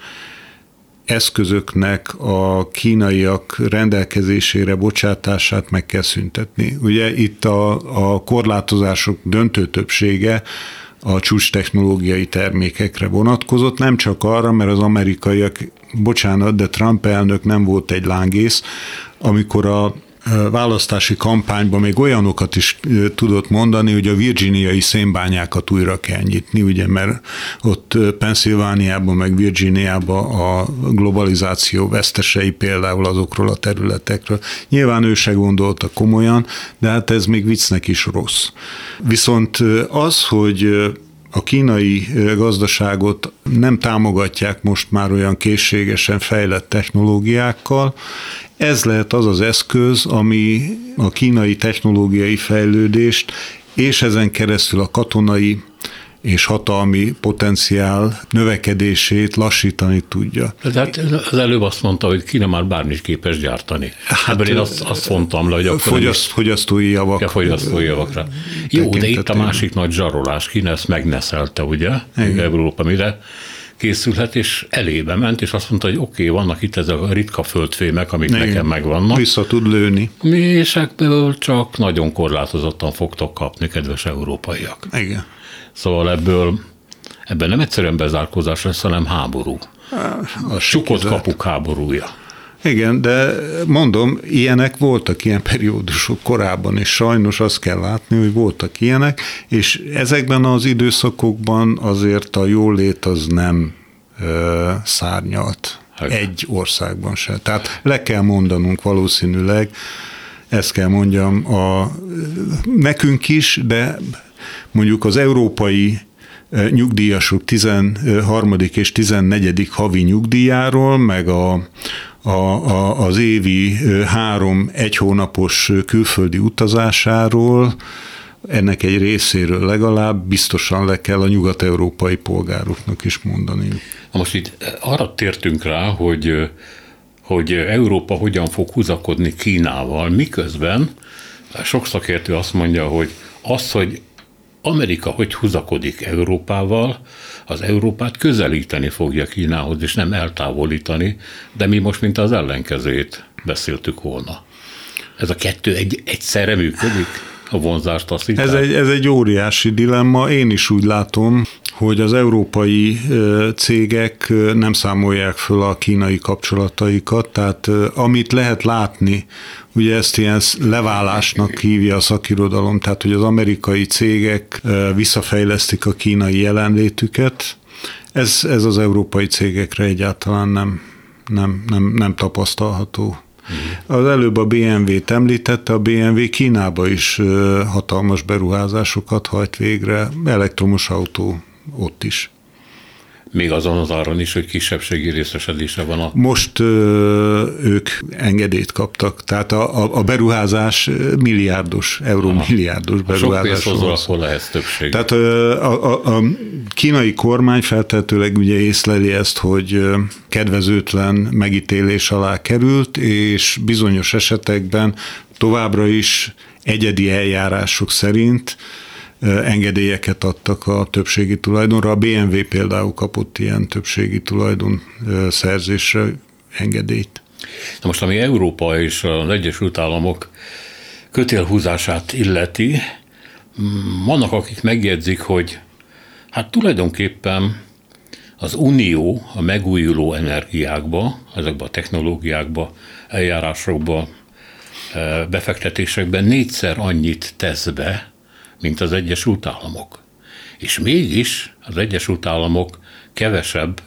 eszközöknek a kínaiak rendelkezésére bocsátását meg kell szüntetni. Ugye itt a, a korlátozások döntő többsége a csúcs technológiai termékekre vonatkozott, nem csak arra, mert az amerikaiak, bocsánat, de Trump elnök nem volt egy lángész, amikor a választási kampányban még olyanokat is tudott mondani, hogy a virginiai szénbányákat újra kell nyitni, ugye, mert ott Pennsylvániában meg Virginiában a globalizáció vesztesei például azokról a területekről. Nyilván ő se gondolta komolyan, de hát ez még viccnek is rossz. Viszont az, hogy a kínai gazdaságot nem támogatják most már olyan készségesen fejlett technológiákkal, ez lehet az az eszköz, ami a kínai technológiai fejlődést, és ezen keresztül a katonai és hatalmi potenciál növekedését lassítani tudja. Tehát az előbb azt mondta, hogy Kína már bármit képes gyártani. Hát, Ebből én azt, azt mondtam le, hogy akkor fogyaszt, is, fogyasztói javak. Ja, fogyasztói javakra. Jó, de itt a másik nagy zsarolás. Kína ezt megneszelte, ugye? Igen. Európa mire készülhet, és elébe ment, és azt mondta, hogy oké, okay, vannak itt ezek a ritka földfémek, amik igen, nekem megvannak. Vissza tud lőni. Mi és ebből csak nagyon korlátozottan fogtok kapni, kedves európaiak. Igen. Szóval ebből, ebben nem egyszerűen bezárkózás lesz, hanem háború. A csukott kapuk háborúja. Igen, de mondom, ilyenek voltak, ilyen periódusok korábban, és sajnos azt kell látni, hogy voltak ilyenek, és ezekben az időszakokban azért a jólét az nem ö, szárnyalt. Okay. Egy országban se. Tehát le kell mondanunk valószínűleg, ezt kell mondjam, a, nekünk is, de mondjuk az európai nyugdíjasok tizenharmadik és tizennegyedik havi nyugdíjáról, meg a, a, a, az évi három egy hónapos külföldi utazásáról, ennek egy részéről legalább biztosan le kell a nyugat-európai polgároknak is mondani. Most itt arra tértünk rá, hogy, hogy Európa hogyan fog húzakodni Kínával, miközben sok szakértő azt mondja, hogy az, hogy Amerika hogy húzakodik Európával, az Európát közelíteni fogja Kínához, és nem eltávolítani, de mi most mint az ellenkezőjét beszéltük volna. Ez a kettő egy, egyszerre működik, a vonzást taszítás. Ez egy, ez egy óriási dilemma. Én is úgy látom, hogy az európai cégek nem számolják föl a kínai kapcsolataikat, tehát amit lehet látni, ugye ezt ilyen leválásnak hívja a szakirodalom, tehát hogy az amerikai cégek visszafejlesztik a kínai jelenlétüket, ez, ez az európai cégekre egyáltalán nem, nem, nem, nem tapasztalható. Az előbb a bé em vé-t említette, a bé em vé Kínába is hatalmas beruházásokat hajt végre, elektromos autó ott is. Még azon az áron is, hogy kisebbségi részesedése van a... Most ö, ők engedélyt kaptak, tehát a, a beruházás milliárdos, euró Aha. milliárdos beruházás. Sok pénz hozzá, hol lehet többség. Tehát a, a, a kínai kormány feltehetőleg ugye észleli ezt, hogy kedvezőtlen megítélés alá került, és bizonyos esetekben továbbra is egyedi eljárások szerint engedélyeket adtak a többségi tulajdonra. A bé em vé például kapott ilyen többségi tulajdon szerzésre engedélyt. Na most, ami Európa és az Egyesült Államok kötélhúzását illeti, vannak, akik megjegyzik, hogy hát tulajdonképpen az Unió a megújuló energiákba, ezekbe a technológiákba, eljárásokba, befektetésekben négyszer annyit tesz be, mint az Egyesült Államok. És mégis az Egyesült Államok kevesebb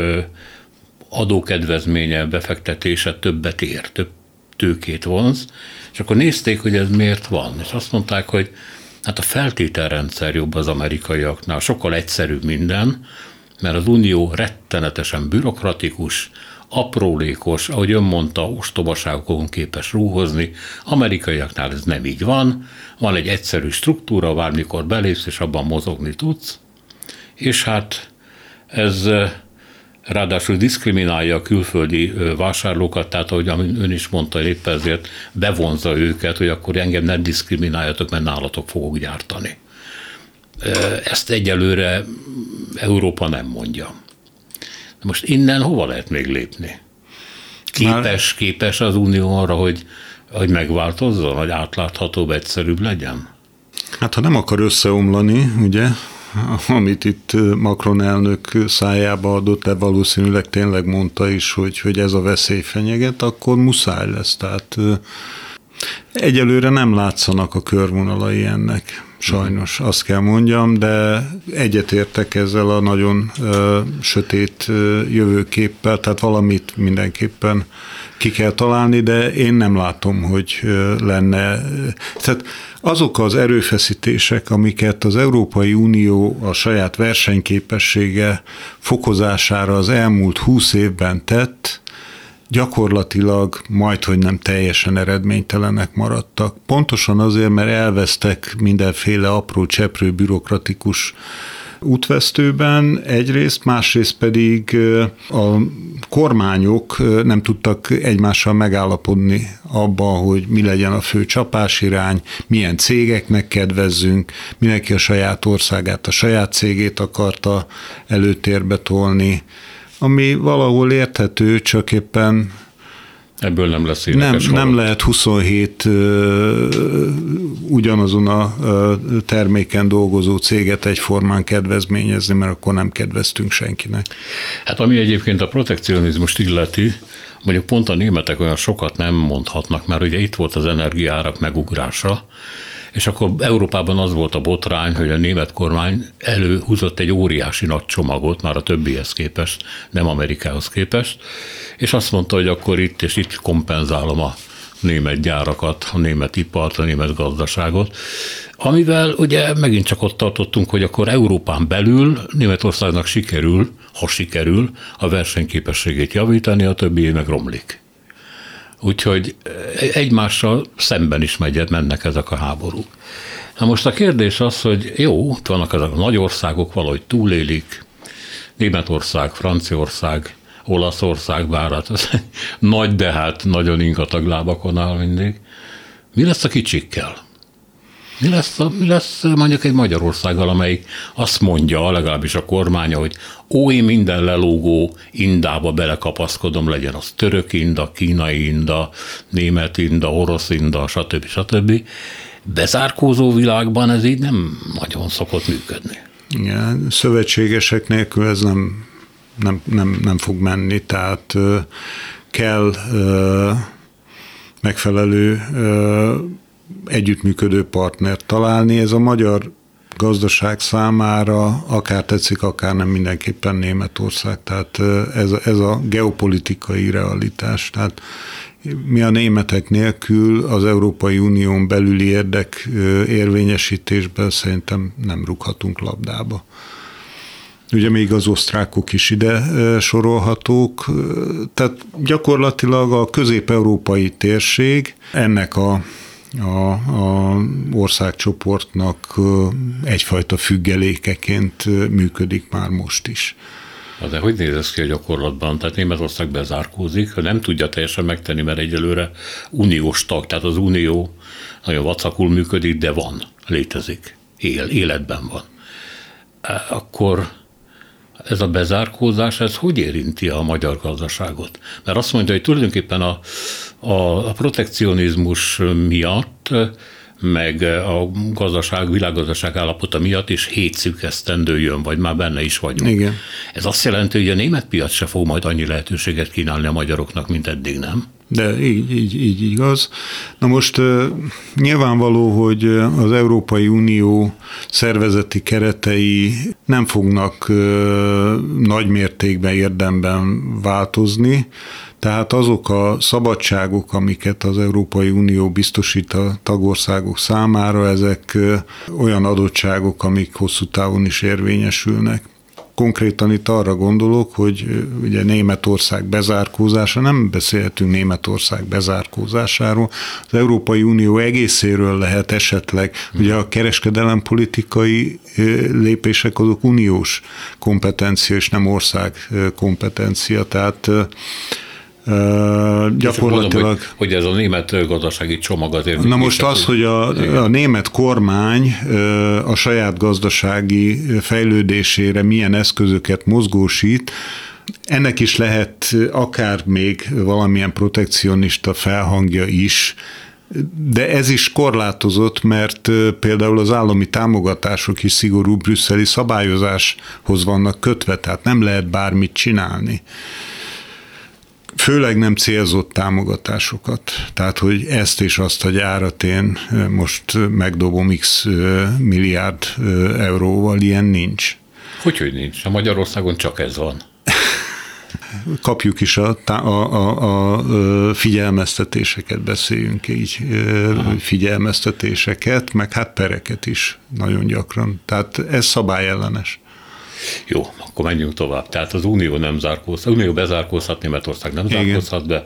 adókedvezménye, befektetése többet ér, több tőkét vonz, és akkor nézték, hogy ez miért van, és azt mondták, hogy hát a feltételrendszer jobb az amerikaiaknál, sokkal egyszerűbb minden, mert az Unió rettenetesen bürokratikus, aprólékos, ahogy ön mondta, ostobaságokon képes rúhozni. Amerikaiaknál ez nem így van, van egy egyszerű struktúra, bármikor belépsz, és abban mozogni tudsz, és hát ez ráadásul diszkriminálja a külföldi vásárlókat, tehát ahogy ön is mondta, épp ezért bevonza őket, hogy akkor engem ne diszkrimináljatok, mert nálatok fogok gyártani. Ezt egyelőre Európa nem mondja. Most innen hova lehet még lépni? Képes, képes az Unió arra, hogy, hogy megváltozzon, hogy átláthatóbb, egyszerűbb legyen? Hát ha nem akar összeomlani, ugye, amit itt Macron elnök szájába adott, de valószínűleg tényleg mondta is, hogy, hogy ez a veszély fenyeget, akkor muszáj lesz. Tehát egyelőre nem látszanak a körvonalai ennek. Sajnos, azt kell mondjam, de egyetértek ezzel a nagyon ö, sötét ö, jövőképpel, tehát valamit mindenképpen ki kell találni, de én nem látom, hogy ö, lenne. Tehát azok az erőfeszítések, amiket az Európai Unió a saját versenyképessége fokozására az elmúlt húsz évben tett, gyakorlatilag majdhogy nem teljesen eredménytelenek maradtak. Pontosan azért, mert elvesztek mindenféle apró cseprő bürokratikus útvesztőben egyrészt, másrészt pedig a kormányok nem tudtak egymással megállapodni abban, hogy mi legyen a fő csapásirány, milyen cégeknek kedvezzünk, mindenki a saját országát, a saját cégét akarta előtérbe tolni, ami valahol érthető, csak éppen ebből nem lesz nem, nem lehet huszonhét uh, ugyanazon a uh, terméken dolgozó céget egyformán kedvezményezni, mert akkor nem kedveztünk senkinek. Hát ami egyébként a protekcionizmust illeti, mondjuk pont a németek olyan sokat nem mondhatnak, mert ugye itt volt az energiaárak megugrása, és akkor Európában az volt a botrány, hogy a német kormány előhúzott egy óriási nagy csomagot, már a többihez képest, nem Amerikához képest, és azt mondta, hogy akkor itt és itt kompenzálom a német gyárakat, a német ipart, a német gazdaságot, amivel ugye megint csak ott tartottunk, hogy akkor Európán belül Németországnak sikerül, ha sikerül, a versenyképességét javítani, a többi meg romlik. Úgyhogy egymással szemben is megy, mennek ezek a háborúk. Na most a kérdés az, hogy jó, ott vannak ezek a nagy országok, valahogy túlélik, Németország, Franciaország, Olaszország, bár hát az nagy, de hát nagyon ingatag lábakon áll mindig. Mi lesz a kicsikkel? Mi lesz, a, mi lesz mondjuk egy Magyarországgal, amelyik azt mondja, legalábbis a kormánya, hogy ó, én minden lelógó indába belekapaszkodom, legyen az török inda, kínai inda, német inda, orosz inda, stb. stb. Bezárkózó világban ez így nem nagyon szokott működni. Igen, szövetségesek nélkül ez nem, nem, nem, nem fog menni, tehát kell megfelelő együttműködő partnert találni. Ez a magyar gazdaság számára akár tetszik, akár nem, mindenképpen Németország. Tehát ez, ez a geopolitikai realitás. Tehát mi a németek nélkül az Európai Unión belüli érdek érvényesítésben szerintem nem rúghatunk labdába. Ugye még az osztrákok is ide sorolhatók, tehát gyakorlatilag a közép-európai térség ennek a A, a országcsoportnak egyfajta függelékeként működik már most is. De hogy néz ez ki a gyakorlatban? Tehát Németország bezárkózik, nem tudja teljesen megtenni, mert egyelőre uniós tag, tehát az unió nagyon vacakul működik, de van, létezik, él, életben van. Akkor ez a bezárkózás, ez hogy érinti a magyar gazdaságot? Mert azt mondja, hogy tulajdonképpen a, a, a protekcionizmus miatt, meg a gazdaság, világgazdaság állapota miatt is hét szűk esztendő jön, vagy már benne is vagyunk. Igen. Ez azt jelenti, hogy a német piac se fog majd annyi lehetőséget kínálni a magyaroknak, mint eddig, nem? De így, így, így igaz. Na most nyilvánvaló, hogy az Európai Unió szervezeti keretei nem fognak nagy mértékben érdemben változni, tehát azok a szabadságok, amiket az Európai Unió biztosít a tagországok számára, ezek olyan adottságok, amik hosszú távon is érvényesülnek. Konkrétan itt arra gondolok, hogy ugye Németország bezárkózása, nem beszélhetünk Németország bezárkózásáról, az Európai Unió egészéről lehet esetleg, ugye a kereskedelempolitikai lépések azok uniós kompetencia, és nem ország kompetencia, tehát Uh, gyakorlatilag... Mondom, hogy, hogy ez a német gazdasági csomag azért... Na most az, hogy a, a német kormány a saját gazdasági fejlődésére milyen eszközöket mozgósít, ennek is lehet akár még valamilyen protekcionista felhangja is, de ez is korlátozott, mert például az állami támogatások is szigorú brüsszeli szabályozáshoz vannak kötve, tehát nem lehet bármit csinálni. Főleg nem célzott támogatásokat. Tehát, hogy ezt és azt a gyárat én most megdobom x milliárd euróval, ilyen nincs. Hogy, hogy nincs? A Magyarországon csak ez van. Kapjuk is a, a, a, a figyelmeztetéseket, beszéljünk így, Aha. figyelmeztetéseket, meg hát pereket is nagyon gyakran. Tehát ez szabályellenes. Jó, akkor menjünk tovább. Tehát az Unió nem zárkózhat, az Unió bezárkózhat, Németország nem zárkózhat be,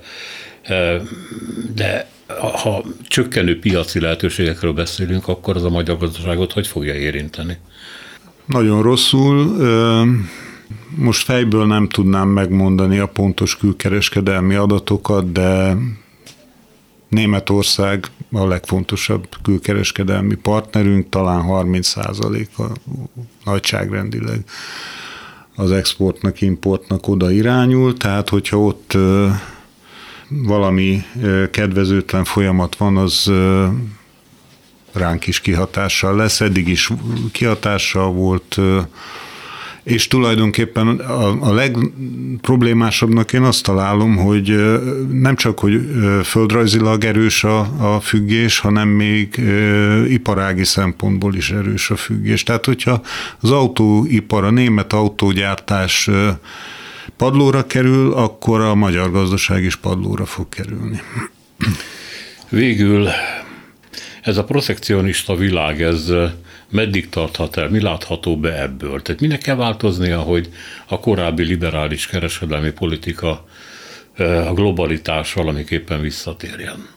de ha csökkenő piaci lehetőségekről beszélünk, akkor az a magyar gazdaságot hogy fogja érinteni? Nagyon rosszul. Most fejből nem tudnám megmondani a pontos külkereskedelmi adatokat, de Németország a legfontosabb külkereskedelmi partnerünk, talán harminc százaléka nagyságrendileg az exportnak, importnak oda irányul, tehát hogyha ott valami kedvezőtlen folyamat van, az ránk is kihatással lesz, eddig is kihatással volt, és tulajdonképpen a, a legproblémásabbnak én azt találom, hogy nem csak, hogy földrajzilag erős a, a függés, hanem még iparági szempontból is erős a függés. Tehát, hogyha az autóipar, a német autógyártás padlóra kerül, akkor a magyar gazdaság is padlóra fog kerülni. Végül ez a protekcionista világ, ez meddig tarthat el, mi látható be ebből? Tehát minek kell változnia, hogy a korábbi liberális kereskedelmi politika, a globalitás valamiképpen visszatérjen?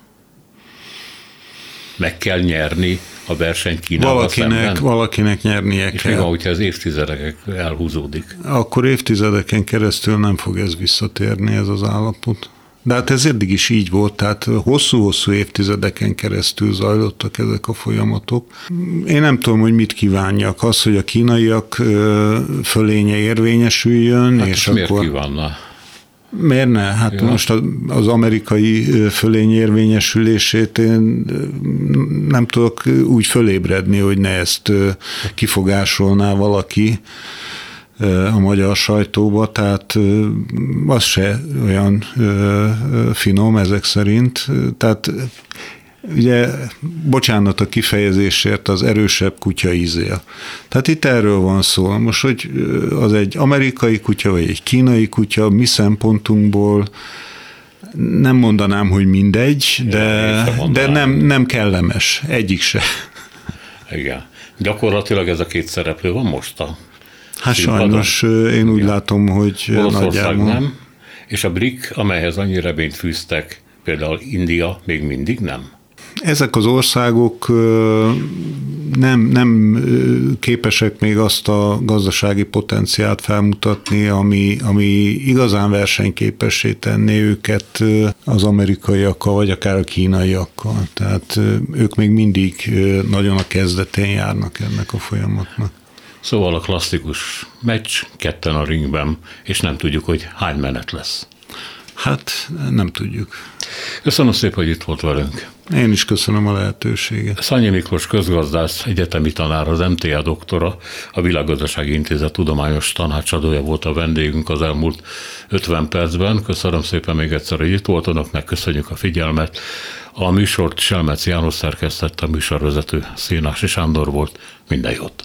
Meg kell nyerni a versenyt Kínával valakinek, szemben? Valakinek nyernie És kell. mi van, hogyha ez évtizedek elhúzódik? Akkor évtizedeken keresztül nem fog ez visszatérni, ez az állapot. De hát ez eddig is így volt, tehát hosszú-hosszú évtizedeken keresztül zajlottak ezek a folyamatok. Én nem tudom, hogy mit kívánjak. Az, hogy a kínaiak fölénye érvényesüljön, hát és miért akkor... kívánna? Miért ne? Hát ja. Most az amerikai fölény érvényesülését én nem tudok úgy fölébredni, hogy ne ezt kifogásolná valaki a magyar sajtóba, tehát az se olyan finom ezek szerint. Tehát ugye, bocsánat a kifejezésért, az erősebb kutya ízél. Tehát itt erről van szó. Most, hogy az egy amerikai kutya, vagy egy kínai kutya, mi szempontunkból nem mondanám, hogy mindegy, de, de nem, nem kellemes. Egyik se. Igen. Gyakorlatilag ez a két szereplő van most a Hát sajnos én úgy Igen. látom, hogy Oroszország nagyjából... nem, és a brik, amelyhez annyi reményt fűztek, például India még mindig nem. Ezek az országok nem, nem képesek még azt a gazdasági potenciált felmutatni, ami, ami igazán versenyképessé tenné őket az amerikaiakkal, vagy akár a kínaiakkal. Tehát ők még mindig nagyon a kezdetén járnak ennek a folyamatnak. Szóval a klasszikus meccs, ketten a ringben, és nem tudjuk, hogy hány menet lesz. Hát nem tudjuk. Köszönöm szépen, hogy itt volt velünk. Én is köszönöm a lehetőséget. Szanyi Miklós közgazdász, egyetemi tanár, az em té á doktora, a Világgazdasági Intézet tudományos tanácsadója volt a vendégünk az elmúlt ötven percben. Köszönöm szépen még egyszer, hogy itt volt, önöknek köszönjük a figyelmet. A műsort Selmec János szerkesztette, a műsorvezető Szénási Sándor volt. Minden jót!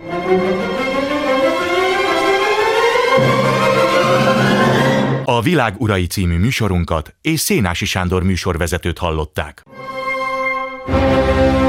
A Világ urai című műsorunkat és Szénási Sándor műsorvezetőt hallották.